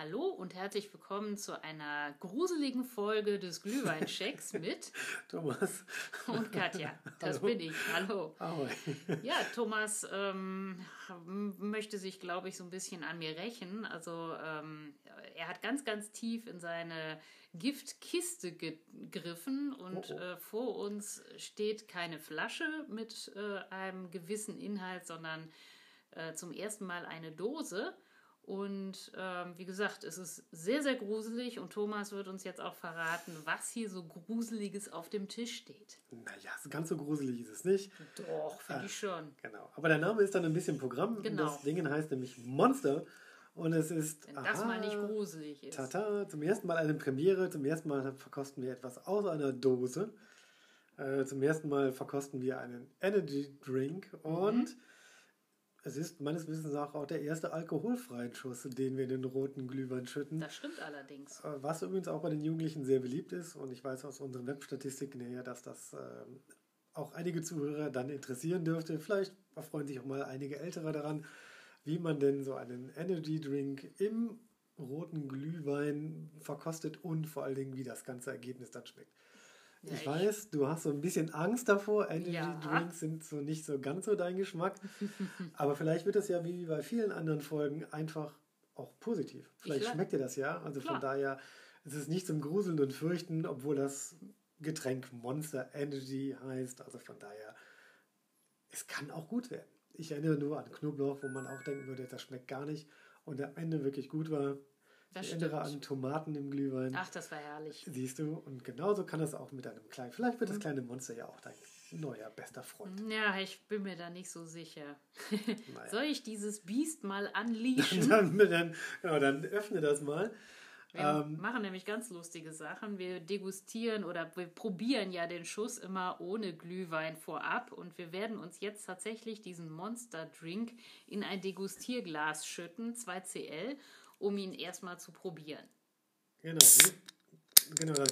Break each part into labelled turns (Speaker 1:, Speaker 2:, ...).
Speaker 1: Hallo und herzlich willkommen zu einer gruseligen Folge des Glühweinchecks mit
Speaker 2: Thomas
Speaker 1: und Katja. Das
Speaker 2: Hallo.
Speaker 1: bin ich. Hallo.
Speaker 2: Ahoi.
Speaker 1: Ja, Thomas möchte sich, glaube ich, so ein bisschen an mir rächen. Also er hat ganz, ganz tief in seine Giftkiste gegriffen und vor uns steht keine Flasche mit einem gewissen Inhalt, sondern zum ersten Mal eine Dose. Und wie gesagt, es ist sehr, sehr gruselig und Thomas wird uns jetzt auch verraten, was hier so Gruseliges auf dem Tisch steht.
Speaker 2: Naja, ganz so gruselig ist es nicht.
Speaker 1: Doch, finde ich schon.
Speaker 2: Genau. Aber der Name ist dann ein bisschen Programm.
Speaker 1: Genau.
Speaker 2: Das Ding heißt nämlich Monster. Und es ist,
Speaker 1: Wenn das mal nicht gruselig ist.
Speaker 2: Tata, zum ersten Mal eine Premiere. Zum ersten Mal verkosten wir etwas aus einer Dose. Zum ersten Mal verkosten wir einen Energy Drink. Und es ist meines Wissens auch der erste alkoholfreie Schuss, den wir in den roten Glühwein schütten.
Speaker 1: Das stimmt allerdings.
Speaker 2: Was übrigens auch bei den Jugendlichen sehr beliebt ist. Und ich weiß aus unseren Webstatistiken her, dass das auch einige Zuhörer dann interessieren dürfte. Vielleicht erfreuen sich auch mal einige Ältere daran, wie man denn so einen Energy Drink im roten Glühwein verkostet und vor allen Dingen, wie das ganze Ergebnis dann schmeckt. Ja, ich weiß, du hast so ein bisschen Angst davor. Energy Drinks sind so nicht so ganz so dein Geschmack. Aber vielleicht wird das ja wie bei vielen anderen Folgen einfach auch positiv. Vielleicht schmeckt dir das ja. Also von daher ist es nicht zum Gruseln und Fürchten, obwohl das Getränk Monster Energy heißt. Also von daher, es kann auch gut werden. Ich erinnere nur an Knoblauch, wo man auch denken würde, das schmeckt gar nicht. Und am Ende wirklich gut war. Ich erinnere an Tomaten im Glühwein.
Speaker 1: Ach, das war herrlich.
Speaker 2: Siehst du, und genauso kann das auch mit einem kleinen, vielleicht wird das kleine Monster ja auch dein neuer bester Freund.
Speaker 1: Ja, ich bin mir da nicht so sicher. Naja. Soll ich dieses Biest mal unleashen?
Speaker 2: Dann öffne das mal.
Speaker 1: Wir machen nämlich ganz lustige Sachen. Wir degustieren oder wir probieren ja den Schuss immer ohne Glühwein vorab und wir werden uns jetzt tatsächlich diesen Monster Drink in ein Degustierglas schütten, 2 cl, um ihn erstmal zu probieren.
Speaker 2: Genau. Das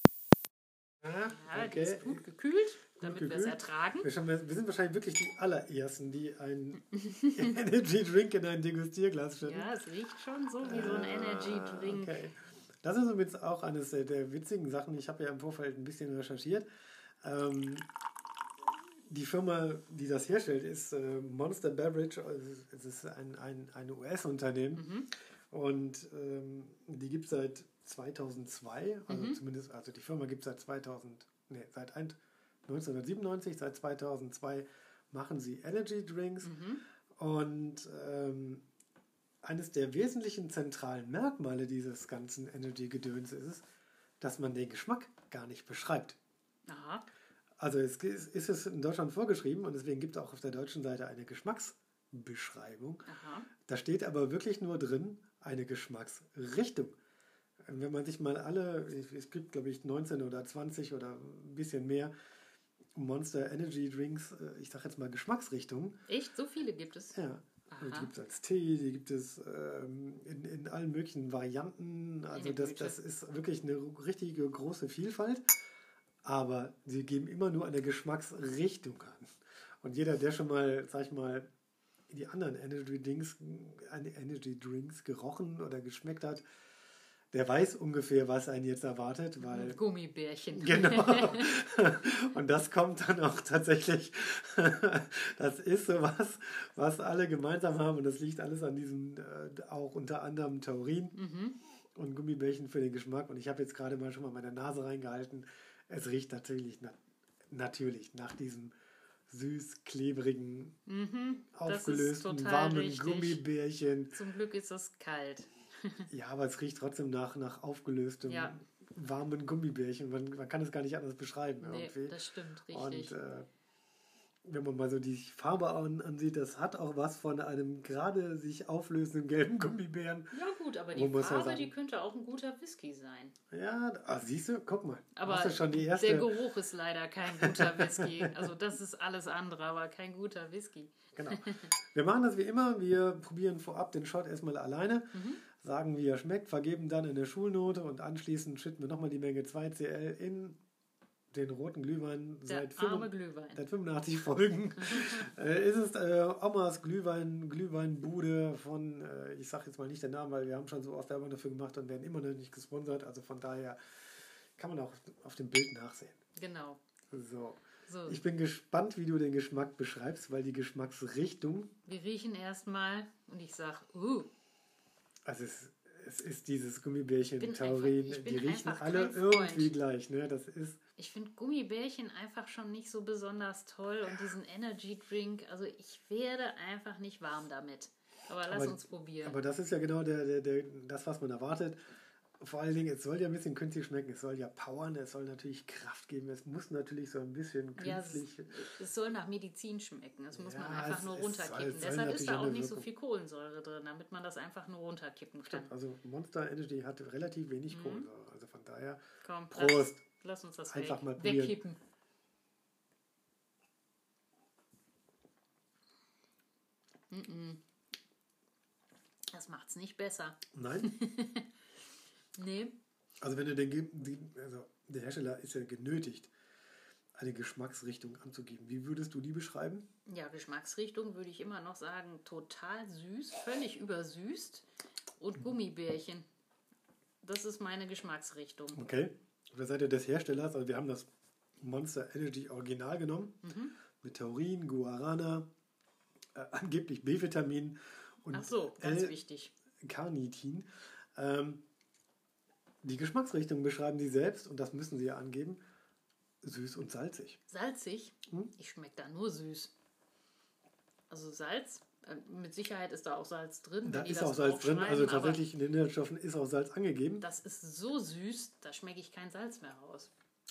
Speaker 1: okay. Die ist gut gekühlt, damit wir es ertragen.
Speaker 2: Wir sind wahrscheinlich wirklich die allerersten, die einen Energy Drink in ein Degustierglas schütten.
Speaker 1: Ja, es riecht schon so wie so ein Energy Drink.
Speaker 2: Okay. Das ist übrigens auch eines der witzigen Sachen. Ich habe ja im Vorfeld ein bisschen recherchiert. Die Firma, die das herstellt, ist Monster Beverage. Es ist ein US-Unternehmen. Und die gibt es seit 2002, also die Firma gibt es seit 1997, seit 2002 machen sie Energy Drinks. Und eines der wesentlichen zentralen Merkmale dieses ganzen Energy-Gedöns ist es, dass man den Geschmack gar nicht beschreibt.
Speaker 1: Aha.
Speaker 2: Also ist es in Deutschland vorgeschrieben und deswegen gibt es auch auf der deutschen Seite eine Geschmacksbeschreibung.
Speaker 1: Aha.
Speaker 2: Da steht aber wirklich nur drin, eine Geschmacksrichtung. Wenn man sich mal es gibt glaube ich 19 oder 20 oder ein bisschen mehr Monster Energy Drinks, ich sage jetzt mal Geschmacksrichtungen.
Speaker 1: Echt? So viele gibt es?
Speaker 2: Ja. Die gibt es als Tee, die gibt es in allen möglichen Varianten. Also das ist wirklich eine richtige große Vielfalt. Aber sie geben immer nur eine Geschmacksrichtung an. Und jeder, der schon mal, sag ich mal, die anderen Energy Drinks gerochen oder geschmeckt hat, der weiß ungefähr, was einen jetzt erwartet. Weil
Speaker 1: Gummibärchen.
Speaker 2: Genau. Und das kommt dann auch tatsächlich, das ist sowas, was alle gemeinsam haben. Und das liegt alles an diesem, auch unter anderem Taurin und Gummibärchen für den Geschmack. Und ich habe jetzt gerade mal schon mal meine Nase reingehalten. Es riecht natürlich nach diesem süß, klebrigen, aufgelösten, warmen richtig. Gummibärchen.
Speaker 1: Zum Glück ist es kalt.
Speaker 2: Ja, aber es riecht trotzdem nach aufgelöstem, warmen Gummibärchen. Man kann es gar nicht anders beschreiben.
Speaker 1: Nee,
Speaker 2: irgendwie.
Speaker 1: Das stimmt, richtig.
Speaker 2: Und wenn man mal so die Farbe ansieht, das hat auch was von einem gerade sich auflösenden gelben Gummibären.
Speaker 1: Ja gut, aber die Farbe, die könnte auch ein guter Whisky sein.
Speaker 2: Ja, siehst du, guck mal.
Speaker 1: Aber
Speaker 2: hast du schon die erste...
Speaker 1: der Geruch ist leider kein guter Whisky. Also das ist alles andere, aber kein guter Whisky.
Speaker 2: Genau. Wir machen das wie immer. Wir probieren vorab den Shot erstmal alleine, sagen, wie er schmeckt, vergeben dann eine Schulnote und anschließend schütten wir nochmal die Menge 2 cl in den roten Glühwein
Speaker 1: Der
Speaker 2: seit
Speaker 1: arme Glühwein.
Speaker 2: 85 Folgen. Ist es Omas Glühweinbude von, ich sage jetzt mal nicht den Namen, weil wir haben schon so oft Werbung dafür gemacht und werden immer noch nicht gesponsert. Also von daher kann man auch auf dem Bild nachsehen.
Speaker 1: Genau.
Speaker 2: So.
Speaker 1: So.
Speaker 2: Ich bin gespannt, wie du den Geschmack beschreibst, weil die Geschmacksrichtung...
Speaker 1: Wir riechen erstmal und ich sage,
Speaker 2: Also es ist dieses Gummibärchen,
Speaker 1: Ich bin
Speaker 2: Taurin,
Speaker 1: einfach- ich
Speaker 2: die
Speaker 1: bin
Speaker 2: riechen
Speaker 1: einfach
Speaker 2: alle
Speaker 1: kein Freund.
Speaker 2: irgendwie gleich. Ne? Das ist...
Speaker 1: ich finde Gummibärchen einfach schon nicht so besonders toll und diesen Energy Drink, also ich werde einfach nicht warm damit. Aber lass uns probieren.
Speaker 2: Aber das ist ja genau das, was man erwartet. Vor allen Dingen, es soll ja ein bisschen künstlich schmecken, es soll ja powern, es soll natürlich Kraft geben, es muss natürlich so ein bisschen
Speaker 1: Ja,
Speaker 2: künstlich...
Speaker 1: es soll nach Medizin schmecken. Das muss
Speaker 2: Ja,
Speaker 1: man einfach nur
Speaker 2: es
Speaker 1: runterkippen.
Speaker 2: soll
Speaker 1: Deshalb ist
Speaker 2: natürlich
Speaker 1: da auch
Speaker 2: eine
Speaker 1: nicht so
Speaker 2: Wirkung.
Speaker 1: viel Kohlensäure drin, damit man das einfach nur runterkippen kann.
Speaker 2: Stimmt, also Monster Energy hat relativ wenig Kohlensäure, also von daher...
Speaker 1: Komm,
Speaker 2: Prost!
Speaker 1: lass uns das
Speaker 2: Einfach mal probieren.
Speaker 1: wegkippen. Das macht's nicht besser.
Speaker 2: Nein?
Speaker 1: Nee.
Speaker 2: Also wenn du also der Hersteller ist ja genötigt, eine Geschmacksrichtung anzugeben. Wie würdest du die beschreiben?
Speaker 1: Ja, Geschmacksrichtung würde ich immer noch sagen, total süß, völlig übersüßt und Gummibärchen. Das ist meine Geschmacksrichtung.
Speaker 2: Okay. Auf der Seite des Herstellers, also wir haben das Monster Energy Original genommen, mit Taurin, Guarana, angeblich B-Vitamin und
Speaker 1: Ach so, ganz wichtig.
Speaker 2: L-Carnitin. Die Geschmacksrichtung beschreiben sie selbst und das müssen sie ja angeben. Süß und salzig.
Speaker 1: Salzig? Ich schmecke da nur süß. Also Salz, mit Sicherheit ist da auch Salz drin.
Speaker 2: Da
Speaker 1: wenn die
Speaker 2: ist
Speaker 1: das
Speaker 2: auch Salz drin,
Speaker 1: draufschreiben,
Speaker 2: also
Speaker 1: aber
Speaker 2: tatsächlich in den Inhaltsstoffen ist auch Salz angegeben.
Speaker 1: das ist so süß, da schmecke ich kein Salz mehr raus.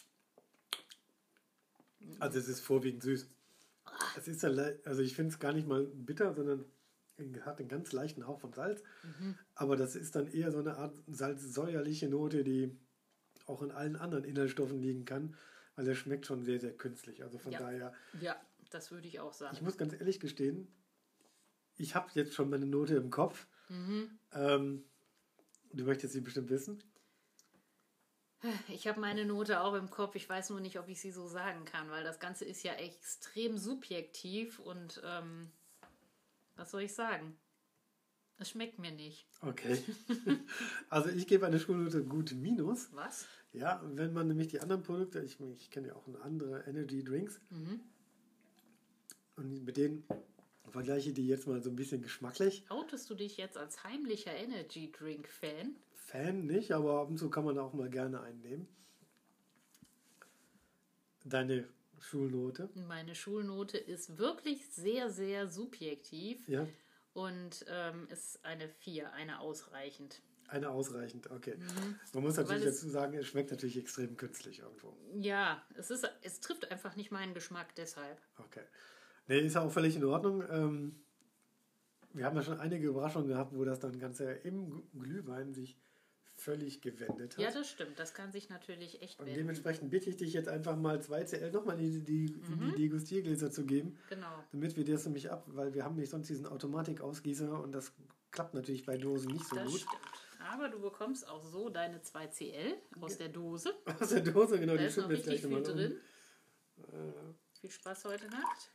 Speaker 2: Also es ist vorwiegend süß. Es ist also ich finde es gar nicht mal bitter, sondern hat einen ganz leichten Hauch von Salz. Aber das ist dann eher so eine Art salzsäuerliche Note, die auch in allen anderen Inhaltsstoffen liegen kann, weil er schmeckt schon sehr, sehr künstlich. Also von daher,
Speaker 1: Ja, das würde ich auch sagen.
Speaker 2: ich muss ganz ehrlich gestehen, ich habe jetzt schon meine Note im Kopf. Du möchtest sie bestimmt wissen.
Speaker 1: Ich habe meine Note auch im Kopf. Ich weiß nur nicht, ob ich sie so sagen kann, weil das Ganze ist ja extrem subjektiv und was soll ich sagen? Es schmeckt mir nicht.
Speaker 2: Okay. Also ich gebe eine Schulnote gut minus.
Speaker 1: Was?
Speaker 2: Ja, wenn man nämlich die anderen Produkte, ich kenne ja auch andere Energy Drinks, und mit denen vergleiche die jetzt mal so ein bisschen geschmacklich.
Speaker 1: Outest du dich jetzt als heimlicher Energy Drink Fan?
Speaker 2: Fan nicht, aber ab und zu kann man auch mal gerne einnehmen. Deine Schulnote?
Speaker 1: Meine Schulnote ist wirklich sehr, sehr subjektiv
Speaker 2: Ja,
Speaker 1: und ist eine 4, eine ausreichend.
Speaker 2: eine ausreichend, okay. Man muss natürlich
Speaker 1: Weil es-
Speaker 2: dazu sagen, es schmeckt natürlich extrem künstlich irgendwo.
Speaker 1: Ja, es trifft einfach nicht meinen Geschmack deshalb.
Speaker 2: Okay. Nee, ist ja auch völlig in Ordnung. Wir haben ja schon einige Überraschungen gehabt, wo das dann Ganze im Glühwein sich völlig gewendet hat.
Speaker 1: Ja, das stimmt. Das kann sich natürlich echt
Speaker 2: Und
Speaker 1: wenden.
Speaker 2: dementsprechend bitte ich dich jetzt einfach mal 2cl nochmal in die Degustiergläser zu geben,
Speaker 1: Genau.
Speaker 2: damit wir das nämlich weil wir haben nicht sonst diesen Automatikausgießer und das klappt natürlich bei Dosen nicht so
Speaker 1: Das
Speaker 2: gut.
Speaker 1: stimmt. Aber du bekommst auch so deine 2cl aus der Dose.
Speaker 2: Aus der Dose, genau,
Speaker 1: Da
Speaker 2: die
Speaker 1: ist noch
Speaker 2: schütten wir jetzt
Speaker 1: richtig
Speaker 2: gleich
Speaker 1: viel
Speaker 2: nochmal
Speaker 1: drin. Viel Spaß heute Nacht.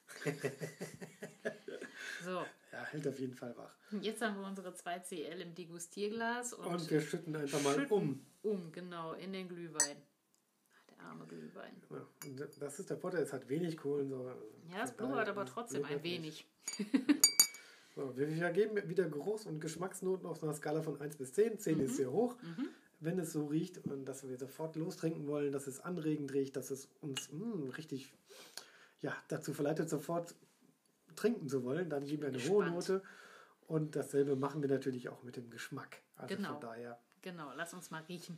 Speaker 1: So,
Speaker 2: Ja, hält auf jeden Fall wach.
Speaker 1: jetzt haben wir unsere 2cl im Degustierglas
Speaker 2: Und wir schütten einfach mal um.
Speaker 1: Genau, in den Glühwein. Der arme Glühwein.
Speaker 2: Ja, und das ist der Vorteil, es hat wenig Kohlensäure.
Speaker 1: Ja, es
Speaker 2: Von
Speaker 1: blubbert
Speaker 2: daher
Speaker 1: aber trotzdem
Speaker 2: blubbert
Speaker 1: ein wenig.
Speaker 2: So, wir vergeben wieder Geruchs- und Geschmacksnoten auf einer Skala von 1 bis 10. 10 ist sehr hoch. Wenn es so riecht und dass wir sofort lostrinken wollen, dass es anregend riecht, dass es uns richtig dazu verleitet, sofort trinken zu wollen, dann geben wir eine hohe
Speaker 1: Gespannt.
Speaker 2: Note. Und dasselbe machen wir natürlich auch mit dem Geschmack. Also
Speaker 1: Genau.
Speaker 2: von daher.
Speaker 1: Genau, lass uns mal riechen.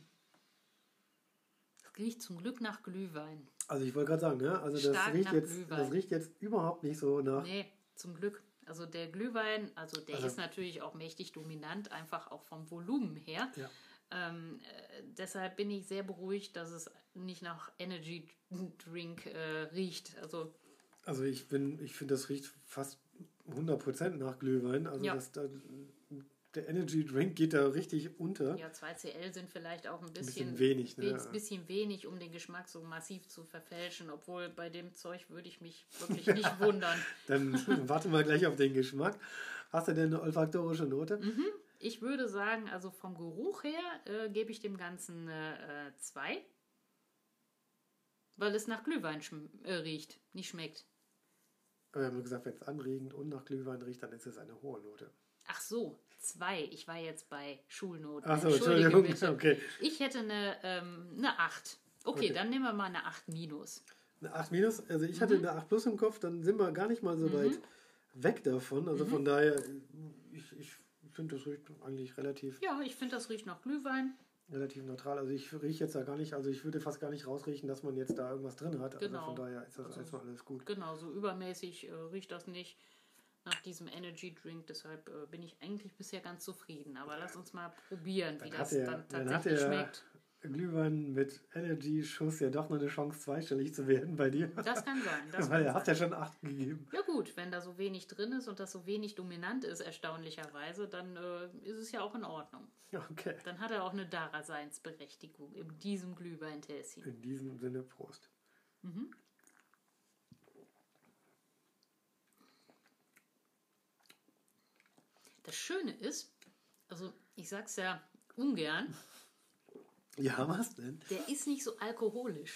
Speaker 1: Es riecht zum Glück nach Glühwein.
Speaker 2: Also ich wollte gerade sagen, ne? Also das
Speaker 1: Stark
Speaker 2: riecht,
Speaker 1: nach
Speaker 2: jetzt,
Speaker 1: Glühwein.
Speaker 2: das riecht jetzt überhaupt nicht so nach.
Speaker 1: Nee, zum Glück. Also der Glühwein, der
Speaker 2: Also-
Speaker 1: ist natürlich auch mächtig dominant, einfach auch vom Volumen her.
Speaker 2: Ja.
Speaker 1: Deshalb bin ich sehr beruhigt, dass es nicht nach Energy Drink riecht.
Speaker 2: Also ich finde, das riecht fast 100% nach Glühwein. Also
Speaker 1: Ja.
Speaker 2: der Energy Drink geht da richtig unter.
Speaker 1: Ja, 2 CL sind vielleicht auch ein
Speaker 2: bisschen wenig, ne?
Speaker 1: Bisschen wenig, um den Geschmack so massiv zu verfälschen, obwohl bei dem Zeug würde ich mich wirklich nicht wundern.
Speaker 2: Dann warten wir gleich auf den Geschmack. Hast du denn eine olfaktorische Note?
Speaker 1: Ich würde sagen, also vom Geruch her gebe ich dem Ganzen 2, weil es nach Glühwein riecht, nicht schmeckt.
Speaker 2: Wir haben gesagt, wenn es anregend und nach Glühwein riecht, dann ist es eine hohe Note.
Speaker 1: Ach so, 2. Ich war jetzt bei Schulnoten.
Speaker 2: Ach so, Entschuldigung.
Speaker 1: Bitte.
Speaker 2: Okay.
Speaker 1: Ich hätte eine 8. Okay, dann nehmen wir mal eine 8 minus.
Speaker 2: Eine 8 minus? Also ich hatte eine 8 plus im Kopf, dann sind wir gar nicht mal so weit weg davon. Also von daher, ich finde, das riecht eigentlich relativ...
Speaker 1: Ja, ich finde, das riecht nach Glühwein.
Speaker 2: Relativ neutral. Also ich rieche jetzt da gar nicht, also ich würde fast gar nicht rausriechen, dass man jetzt da irgendwas drin hat.
Speaker 1: Genau.
Speaker 2: Also von daher ist das erstmal alles gut.
Speaker 1: Genau, so übermäßig riecht das nicht nach diesem Energy Drink. Deshalb bin ich eigentlich bisher ganz zufrieden. Aber lass uns mal probieren, wie das dann tatsächlich schmeckt.
Speaker 2: Glühwein mit Energy-Schuss ja doch noch eine Chance, zweistellig zu werden bei dir.
Speaker 1: Das kann sein.
Speaker 2: Weil er hat ja schon 8 gegeben.
Speaker 1: Ja gut, wenn da so wenig drin ist und das so wenig dominant ist, erstaunlicherweise, dann ist es ja auch in Ordnung.
Speaker 2: Okay.
Speaker 1: Dann hat er auch eine Daseinsberechtigung in diesem Glühweintässchen.
Speaker 2: In diesem Sinne, Prost.
Speaker 1: Das Schöne ist, also ich sag's ja ungern,
Speaker 2: Ja, was denn?
Speaker 1: der ist nicht so alkoholisch.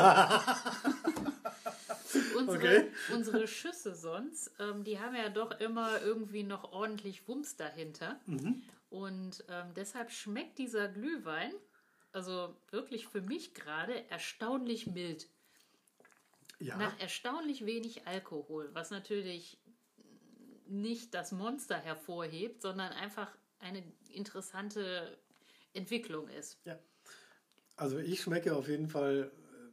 Speaker 2: Okay.
Speaker 1: Unsere Schüsse sonst, die haben ja doch immer irgendwie noch ordentlich Wumms dahinter. Und deshalb schmeckt dieser Glühwein, also wirklich für mich gerade, erstaunlich mild.
Speaker 2: Ja.
Speaker 1: Nach erstaunlich wenig Alkohol, was natürlich nicht das Monster hervorhebt, sondern einfach eine interessante Entwicklung ist.
Speaker 2: Ja. Also ich schmecke auf jeden Fall,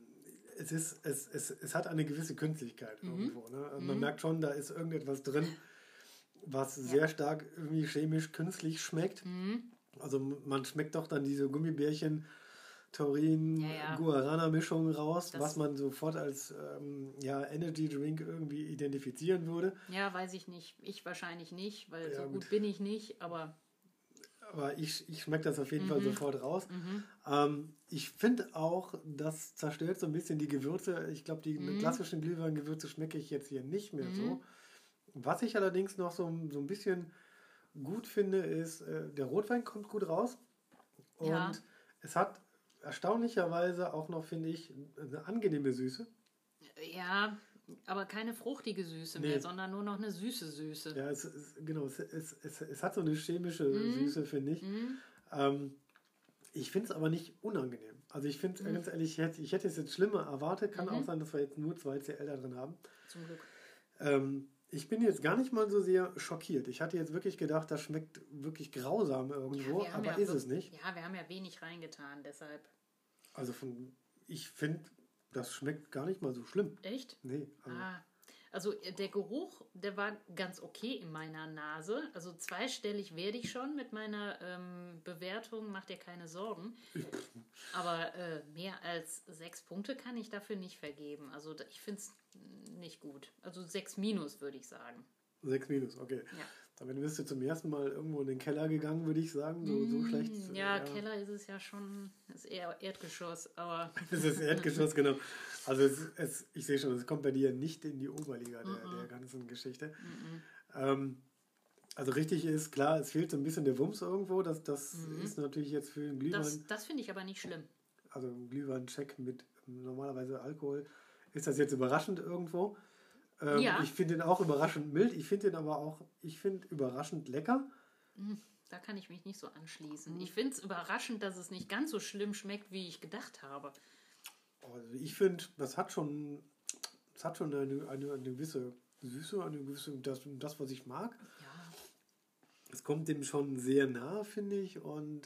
Speaker 2: es hat eine gewisse Künstlichkeit irgendwo. Ne? Also man merkt schon, da ist irgendetwas drin, was sehr stark irgendwie chemisch künstlich schmeckt. Also man schmeckt doch dann diese Gummibärchen, Taurin, Guarana-Mischung raus, was man sofort als Energy Drink irgendwie identifizieren würde.
Speaker 1: Ja, weiß ich nicht. Ich wahrscheinlich nicht, weil so gut bin ich nicht, aber
Speaker 2: ich schmecke das auf jeden Fall sofort raus. Ich finde auch, das zerstört so ein bisschen die Gewürze. Ich glaube, die klassischen Glühweingewürze schmecke ich jetzt hier nicht mehr so. Was ich allerdings noch so ein bisschen gut finde, ist, der Rotwein kommt gut raus. Und es hat erstaunlicherweise auch noch, finde ich, eine angenehme Süße.
Speaker 1: Ja, aber keine fruchtige Süße mehr, sondern nur noch eine süße Süße.
Speaker 2: Ja, es hat so eine chemische Süße, finde ich. Ich finde es aber nicht unangenehm. Also ich finde, ganz ehrlich, ich hätte es jetzt schlimmer erwartet. Kann auch sein, dass wir jetzt nur 2 CL da drin haben.
Speaker 1: Zum Glück.
Speaker 2: Ich bin jetzt gar nicht mal so sehr schockiert. Ich hatte jetzt wirklich gedacht, das schmeckt wirklich grausam irgendwo, aber ist es nicht.
Speaker 1: Ja, wir haben ja wenig reingetan, deshalb.
Speaker 2: Also ich finde, das schmeckt gar nicht mal so schlimm.
Speaker 1: Echt?
Speaker 2: Nee.
Speaker 1: Also der Geruch, der war ganz okay in meiner Nase. Also 2-stellig werde ich schon mit meiner Bewertung, macht dir keine Sorgen. Aber mehr als 6 Punkte kann ich dafür nicht vergeben. Also ich finde es nicht gut. Also 6 minus würde ich sagen.
Speaker 2: 6 minus, okay.
Speaker 1: Ja.
Speaker 2: Damit bist du zum ersten Mal irgendwo in den Keller gegangen, würde ich sagen. So schlecht.
Speaker 1: Ja, Keller ist es ja schon, ist eher Erdgeschoss, aber...
Speaker 2: Es ist Erdgeschoss, genau. Also ich sehe schon, es kommt bei dir nicht in die Oberliga der ganzen Geschichte. Also richtig ist, klar, es fehlt so ein bisschen der Wumms irgendwo. Das ist natürlich jetzt für einen Glühwein...
Speaker 1: Das finde ich aber nicht schlimm.
Speaker 2: Also ein Glühwein-Check mit normalerweise Alkohol. Ist das jetzt überraschend irgendwo? Ich finde den auch überraschend mild. Ich finde den aber auch, überraschend lecker.
Speaker 1: Da kann ich mich nicht so anschließen. Ich finde es überraschend, dass es nicht ganz so schlimm schmeckt, wie ich gedacht habe.
Speaker 2: Also ich finde, das hat schon eine gewisse Süße, das, was ich mag.
Speaker 1: Ja.
Speaker 2: Es kommt dem schon sehr nah, finde ich. Und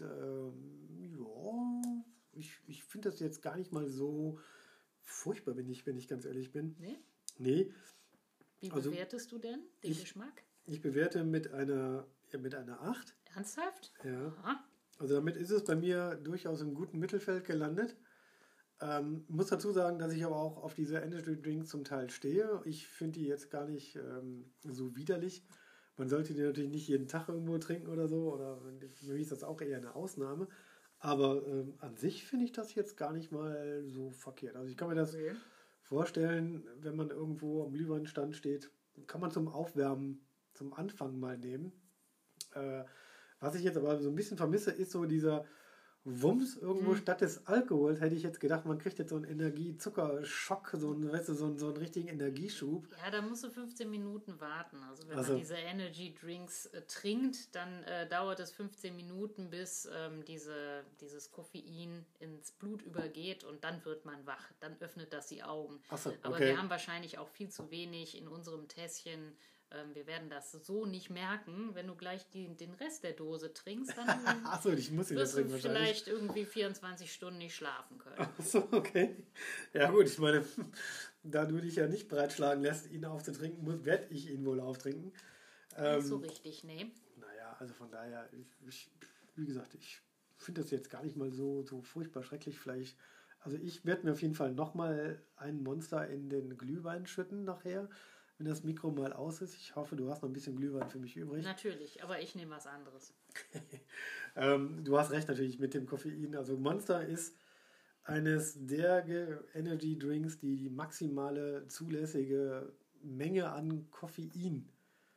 Speaker 2: ich finde das jetzt gar nicht mal so furchtbar, wenn ich ganz ehrlich bin. Nee.
Speaker 1: Wie bewertest du denn den Geschmack?
Speaker 2: Ich bewerte mit einer 8.
Speaker 1: Ernsthaft?
Speaker 2: Ja. Aha. Also damit ist es bei mir durchaus im guten Mittelfeld gelandet. Muss dazu sagen, dass ich aber auch auf diese Energy Drinks zum Teil stehe. Ich finde die jetzt gar nicht so widerlich, Man sollte die natürlich nicht jeden Tag irgendwo trinken oder so. Oder für mich ist das auch eher eine Ausnahme. Aber an sich finde ich das jetzt gar nicht mal so verkehrt. Also ich kann mir das vorstellen, wenn man irgendwo am Glühweinstand steht, kann man zum Aufwärmen, zum Anfang mal nehmen. Was ich jetzt aber so ein bisschen vermisse, ist so dieser Wumms irgendwo statt des Alkohols. Hätte ich jetzt gedacht, man kriegt jetzt so einen Energiezuckerschock, so einen, weißt du, so einen richtigen Energieschub.
Speaker 1: Ja, da musst du 15 Minuten warten. Also wenn man diese Energy Drinks trinkt, dann dauert es 15 Minuten, bis dieses Koffein ins Blut übergeht und dann wird man wach. Dann öffnet das die Augen.
Speaker 2: Ach so, okay.
Speaker 1: Aber wir haben wahrscheinlich auch viel zu wenig in unserem Tässchen. Wir werden das so nicht merken. Wenn du gleich den Rest der Dose trinkst, dann
Speaker 2: Achso, ich muss ihn
Speaker 1: wirst du vielleicht irgendwie 24 Stunden nicht schlafen können.
Speaker 2: Achso, okay. Ja gut, ich meine, da du dich ja nicht breitschlagen lässt, ihn aufzutrinken, werde ich ihn wohl auftrinken.
Speaker 1: Nicht so richtig, nee.
Speaker 2: Naja, also von daher, wie gesagt, ich finde das jetzt gar nicht mal so furchtbar schrecklich. Vielleicht, also ich werde mir auf jeden Fall nochmal einen Monster in den Glühwein schütten nachher, wenn das Mikro mal aus ist. Ich hoffe, du hast noch ein bisschen Glühwein für mich übrig.
Speaker 1: Natürlich, aber ich nehme was anderes.
Speaker 2: Du hast recht natürlich mit dem Koffein. Also Monster ist eines der Energy Drinks, die die maximale zulässige Menge an Koffein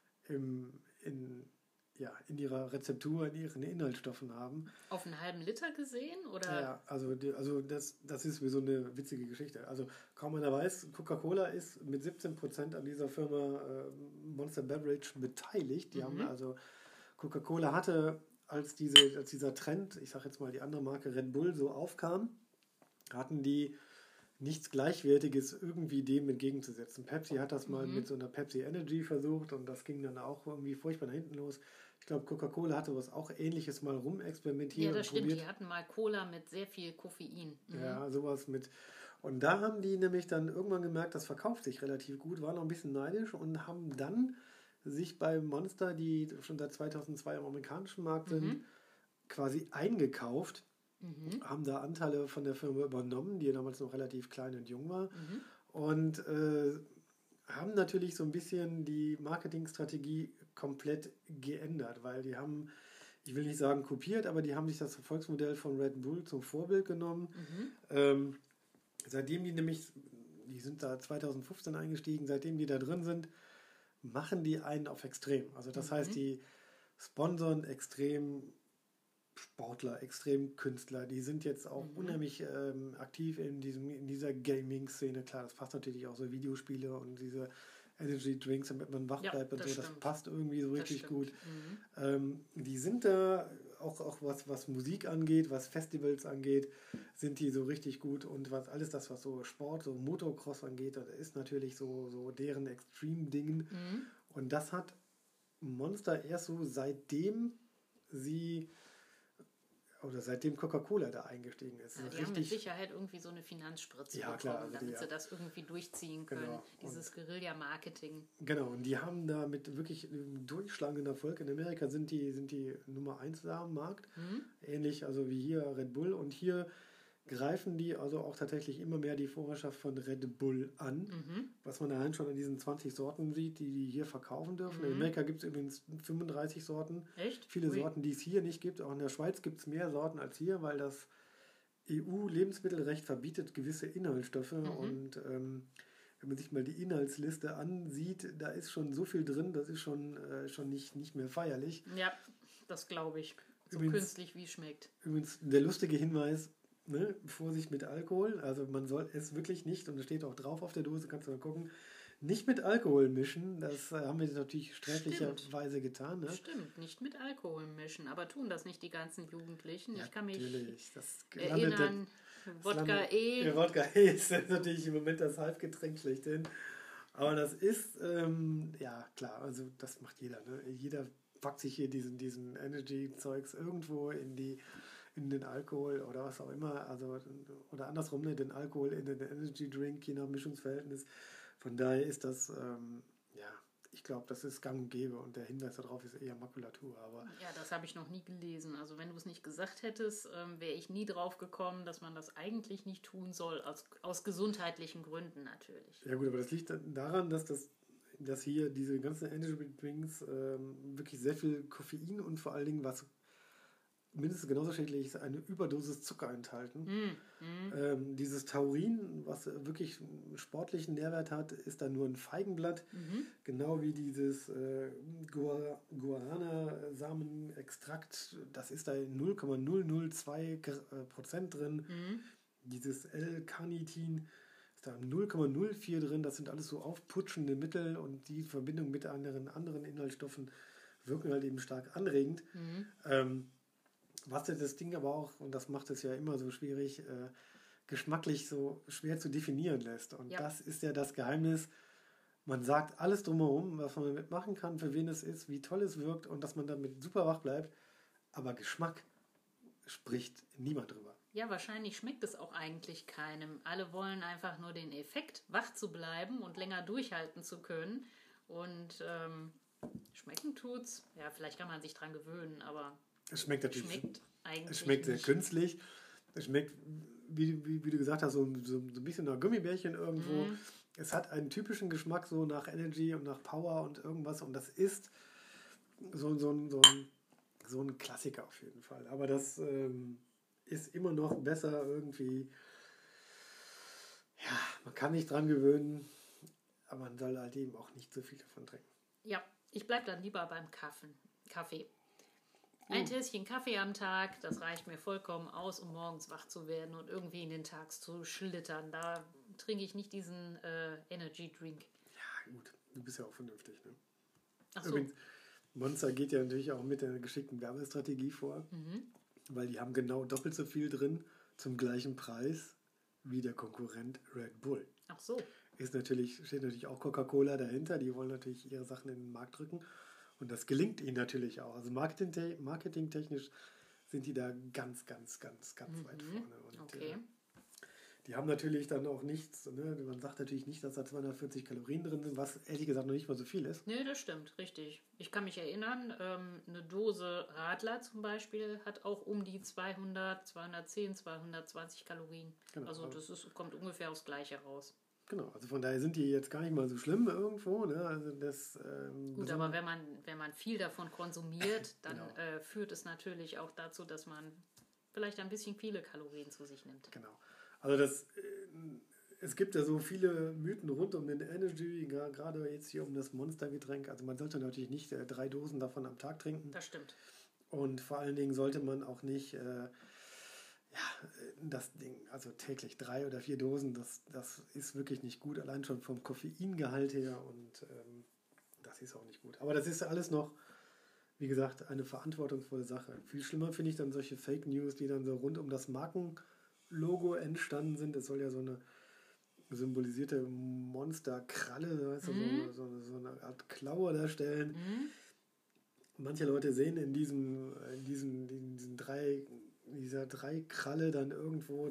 Speaker 2: in ihrer Rezeptur, in ihren Inhaltsstoffen haben.
Speaker 1: Auf einen halben Liter gesehen? Oder?
Speaker 2: Ja, also das ist wie so eine witzige Geschichte. Also kaum einer weiß, Coca-Cola ist mit 17% an dieser Firma Monster Beverage beteiligt. Die haben also, Coca-Cola hatte, als dieser Trend, ich sage jetzt mal die andere Marke Red Bull, so aufkam, hatten die nichts Gleichwertiges irgendwie dem entgegenzusetzen. Pepsi hat das mal mit so einer Pepsi Energy versucht und das ging dann auch irgendwie furchtbar nach hinten los. Ich glaube, Coca-Cola hatte was auch Ähnliches mal rumexperimentiert.
Speaker 1: Ja, das stimmt. Die hatten mal Cola mit sehr viel Koffein.
Speaker 2: Ja, sowas mit. Und da haben die nämlich dann irgendwann gemerkt, das verkauft sich relativ gut, waren noch ein bisschen neidisch und haben dann sich bei Monster, die schon seit 2002 am amerikanischen Markt sind, quasi eingekauft. Haben da Anteile von der Firma übernommen, die ja damals noch relativ klein und jung war. Und haben natürlich so ein bisschen die Marketingstrategie komplett geändert, weil die haben, ich will nicht sagen kopiert, aber die haben sich das Erfolgsmodell von Red Bull zum Vorbild genommen. Seitdem die sind da 2015 eingestiegen, seitdem die da drin sind, machen die einen auf extrem. Also das heißt, die sponsern extrem Sportler, extrem Künstler, die sind jetzt auch unheimlich aktiv in dieser Gaming-Szene. Klar, das passt natürlich auch so Videospiele und diese Energy Drinks, damit man wach bleibt und so, das passt irgendwie so richtig gut. Die sind da auch was Musik angeht, was Festivals angeht, sind die so richtig gut und was alles das, was so Sport, so Motocross angeht, das ist natürlich so deren Extreme-Dingen. Und das hat Monster erst so seitdem Coca-Cola da eingestiegen ist.
Speaker 1: Ja, die haben mit Sicherheit irgendwie so eine Finanzspritze bekommen, damit sie das irgendwie durchziehen können, dieses Guerilla-Marketing.
Speaker 2: Genau, und die haben damit wirklich durchschlagenden Erfolg. In Amerika sind die Nummer 1 da am Markt, ähnlich also wie hier Red Bull. Und hier greifen die also auch tatsächlich immer mehr die Vorherrschaft von Red Bull an, was man allein schon an diesen 20 Sorten sieht, die hier verkaufen dürfen. In Amerika gibt es übrigens 35 Sorten.
Speaker 1: Echt?
Speaker 2: Viele Sorten, die es hier nicht gibt. Auch in der Schweiz gibt es mehr Sorten als hier, weil das EU-Lebensmittelrecht verbietet gewisse Inhaltsstoffe. Und wenn man sich mal die Inhaltsliste ansieht, da ist schon so viel drin, das ist schon nicht mehr feierlich.
Speaker 1: Ja, das glaube ich. So übrigens, künstlich wie es schmeckt.
Speaker 2: Übrigens, der lustige Hinweis, Vorsicht mit Alkohol, also man soll es wirklich nicht, und es steht auch drauf auf der Dose, kannst du mal gucken, nicht mit Alkohol mischen. Das haben wir natürlich sträflicherweise getan. Ne?
Speaker 1: Stimmt, nicht mit Alkohol mischen, aber tun das nicht die ganzen Jugendlichen.
Speaker 2: Ja,
Speaker 1: ich kann mich
Speaker 2: erinnern,
Speaker 1: Wodka E.
Speaker 2: Ja, Wodka E ist natürlich im Moment das Halbgetränk schlechthin. Aber das ist, ja klar, also das macht jeder. Ne? Jeder packt sich hier diesen Energy-Zeugs irgendwo in den Alkohol oder was auch immer, also oder andersrum, ne, den Alkohol in den Energy Drink, je nach Mischungsverhältnis. Von daher ist das, ich glaube, das ist gang und gäbe und der Hinweis darauf ist eher Makulatur. Aber
Speaker 1: ja, das habe ich noch nie gelesen. Also wenn du es nicht gesagt hättest, wäre ich nie drauf gekommen, dass man das eigentlich nicht tun soll, aus gesundheitlichen Gründen natürlich.
Speaker 2: Ja gut, aber das liegt daran, dass das dass hier diese ganzen Energy Drinks wirklich sehr viel Koffein und vor allen Dingen, was mindestens genauso schädlich ist, eine Überdosis Zucker enthalten. Dieses Taurin, was wirklich einen sportlichen Nährwert hat, ist dann nur ein Feigenblatt. Genau wie dieses Guarana-Samenextrakt, das ist da in 0,002% drin. Dieses L-Carnitin ist da 0,04 drin. Das sind alles so aufputschende Mittel und die in Verbindung mit anderen Inhaltsstoffen wirken halt eben stark anregend. Was das Ding aber auch, und das macht es ja immer so schwierig, geschmacklich so schwer zu definieren lässt. Und das ist ja das Geheimnis. Man sagt alles drumherum, was man damit machen kann, für wen es ist, wie toll es wirkt und dass man damit super wach bleibt. Aber Geschmack spricht niemand drüber.
Speaker 1: Ja, wahrscheinlich schmeckt es auch eigentlich keinem. Alle wollen einfach nur den Effekt, wach zu bleiben und länger durchhalten zu können. Und schmecken tut's. Ja, vielleicht kann man sich dran gewöhnen, aber
Speaker 2: es schmeckt natürlich.
Speaker 1: Es
Speaker 2: schmeckt sehr künstlich. Es schmeckt, wie du gesagt hast, so ein bisschen nach Gummibärchen irgendwo. Es hat einen typischen Geschmack so nach Energy und nach Power und irgendwas. Und das ist so ein Klassiker auf jeden Fall. Aber das ist immer noch besser irgendwie. Ja, man kann nicht dran gewöhnen, aber man soll halt eben auch nicht so viel davon trinken.
Speaker 1: Ja, ich bleibe dann lieber beim Kaffee. Ein Tässchen Kaffee am Tag, das reicht mir vollkommen aus, um morgens wach zu werden und irgendwie in den Tag zu schlittern. Da trinke ich nicht diesen Energy Drink.
Speaker 2: Ja, gut. Du bist ja auch vernünftig, ne?
Speaker 1: Ach so.
Speaker 2: Übrigens, Monster geht ja natürlich auch mit der geschickten Werbestrategie vor, weil die haben genau doppelt so viel drin zum gleichen Preis wie der Konkurrent Red Bull.
Speaker 1: Ach so.
Speaker 2: Steht natürlich auch Coca-Cola dahinter, die wollen natürlich ihre Sachen in den Markt drücken. Und das gelingt ihnen natürlich auch. Also marketingtechnisch sind die da ganz, ganz, ganz, ganz weit vorne. Und die haben natürlich dann auch nichts, ne? Man sagt natürlich nicht, dass da 240 Kalorien drin sind, was ehrlich gesagt noch nicht mal so viel ist.
Speaker 1: Nee, das stimmt, richtig. Ich kann mich erinnern, eine Dose Radler zum Beispiel hat auch um die 200, 210, 220 Kalorien. Genau. Also das kommt ungefähr aufs Gleiche raus.
Speaker 2: Genau, also von daher sind die jetzt gar nicht mal so schlimm irgendwo. Ne? Also das,
Speaker 1: gut, aber wenn man viel davon konsumiert, dann führt es natürlich auch dazu, dass man vielleicht ein bisschen viele Kalorien zu sich nimmt.
Speaker 2: Genau. Also es gibt ja so viele Mythen rund um den Energy, gerade jetzt hier um das Monstergetränk. Also man sollte natürlich nicht 3 Dosen davon am Tag trinken.
Speaker 1: Das stimmt.
Speaker 2: Und vor allen Dingen sollte man auch nicht das Ding, also täglich 3 oder 4 Dosen, das ist wirklich nicht gut, allein schon vom Koffeingehalt her und das ist auch nicht gut. Aber das ist alles noch, wie gesagt, eine verantwortungsvolle Sache. Viel schlimmer finde ich dann solche Fake News, die dann so rund um das Markenlogo entstanden sind. Es soll ja so eine symbolisierte Monsterkralle, so eine Art Klaue darstellen. Manche Leute sehen in dieser 3 Kralle dann irgendwo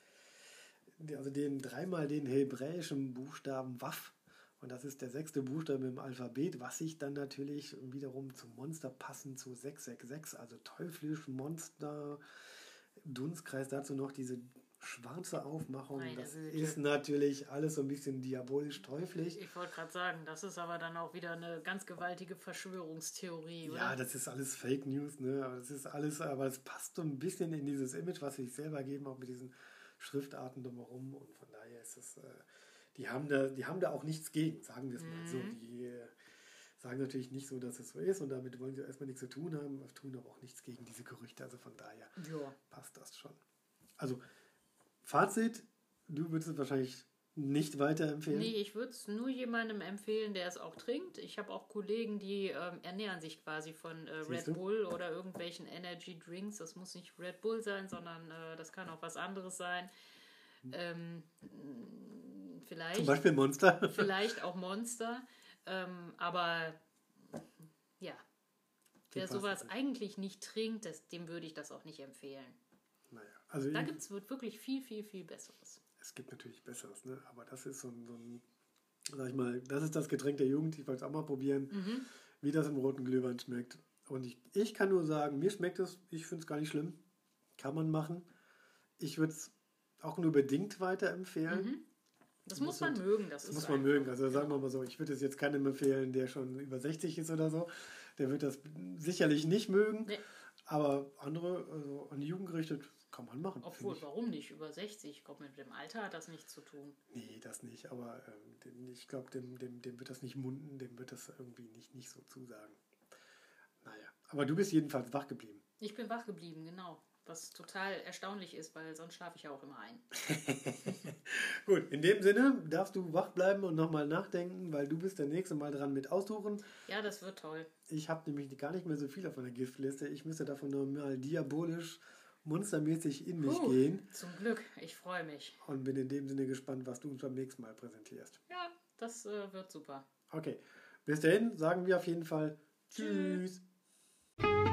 Speaker 2: dreimal den hebräischen Buchstaben Waf. Und das ist der 6. Buchstabe im Alphabet, was sich dann natürlich wiederum zum Monster passen zu 666, also teuflisch Monster, Dunstkreis, dazu noch diese schwarze Aufmachung. Das ist natürlich alles so ein bisschen diabolisch-teuflisch.
Speaker 1: Ich wollte gerade sagen, das ist aber dann auch wieder eine ganz gewaltige Verschwörungstheorie, oder?
Speaker 2: Ja, das ist alles Fake News, ne? Aber es passt so ein bisschen in dieses Image, was sie sich selber geben, auch mit diesen Schriftarten drumherum. Und von daher ist es, die haben da auch nichts gegen, sagen wir es mal so. Die sagen natürlich nicht so, dass es so ist und damit wollen sie erstmal nichts zu tun haben, tun aber auch nichts gegen diese Gerüchte. Also von daher passt das schon. Also Fazit, du würdest es wahrscheinlich nicht weiterempfehlen?
Speaker 1: Nee, ich würde es nur jemandem empfehlen, der es auch trinkt. Ich habe auch Kollegen, die ernähren sich quasi von Red Bull oder irgendwelchen Energy Drinks. Das muss nicht Red Bull sein, sondern das kann auch was anderes sein. Vielleicht,
Speaker 2: zum Beispiel Monster.
Speaker 1: Vielleicht auch Monster. Aber ja, wer sowas eigentlich nicht trinkt, dem würde ich das auch nicht empfehlen.
Speaker 2: Naja, also
Speaker 1: da gibt es wirklich viel, viel, viel Besseres.
Speaker 2: Es gibt natürlich Besseres, ne? Aber das ist so ein, sag ich mal, das ist das Getränk der Jugend. Ich wollte es auch mal probieren, wie das im roten Glühwein schmeckt. Und ich kann nur sagen, mir schmeckt es, ich finde es gar nicht schlimm. Kann man machen. Ich würde es auch nur bedingt weiterempfehlen.
Speaker 1: Das muss man mögen. Das
Speaker 2: muss man mögen. Also sagen wir mal so, ich würde es jetzt keinem empfehlen, der schon über 60 ist oder so. Der wird das sicherlich nicht mögen. Nee. Aber andere, also an die Jugend gerichtet, kann man machen.
Speaker 1: Obwohl, warum nicht? Über 60? Ich glaube, mit dem Alter hat das nichts zu tun.
Speaker 2: Nee, das nicht. Aber ich glaube, dem wird das nicht munden, dem wird das irgendwie nicht so zusagen. Naja, aber du bist jedenfalls wach geblieben.
Speaker 1: Ich bin wach geblieben, genau. Was total erstaunlich ist, weil sonst schlafe ich ja auch immer ein.
Speaker 2: Gut, in dem Sinne darfst du wach bleiben und nochmal nachdenken, weil du bist der nächste Mal dran mit Aussuchen.
Speaker 1: Ja, das wird toll.
Speaker 2: Ich habe nämlich gar nicht mehr so viel auf meiner Giftliste. Ich müsste davon nochmal diabolisch, monstermäßig in mich gehen.
Speaker 1: Zum Glück, ich freue mich.
Speaker 2: Und bin in dem Sinne gespannt, was du uns beim nächsten Mal präsentierst.
Speaker 1: Ja, das wird super.
Speaker 2: Okay, bis dahin sagen wir auf jeden Fall Tschüss.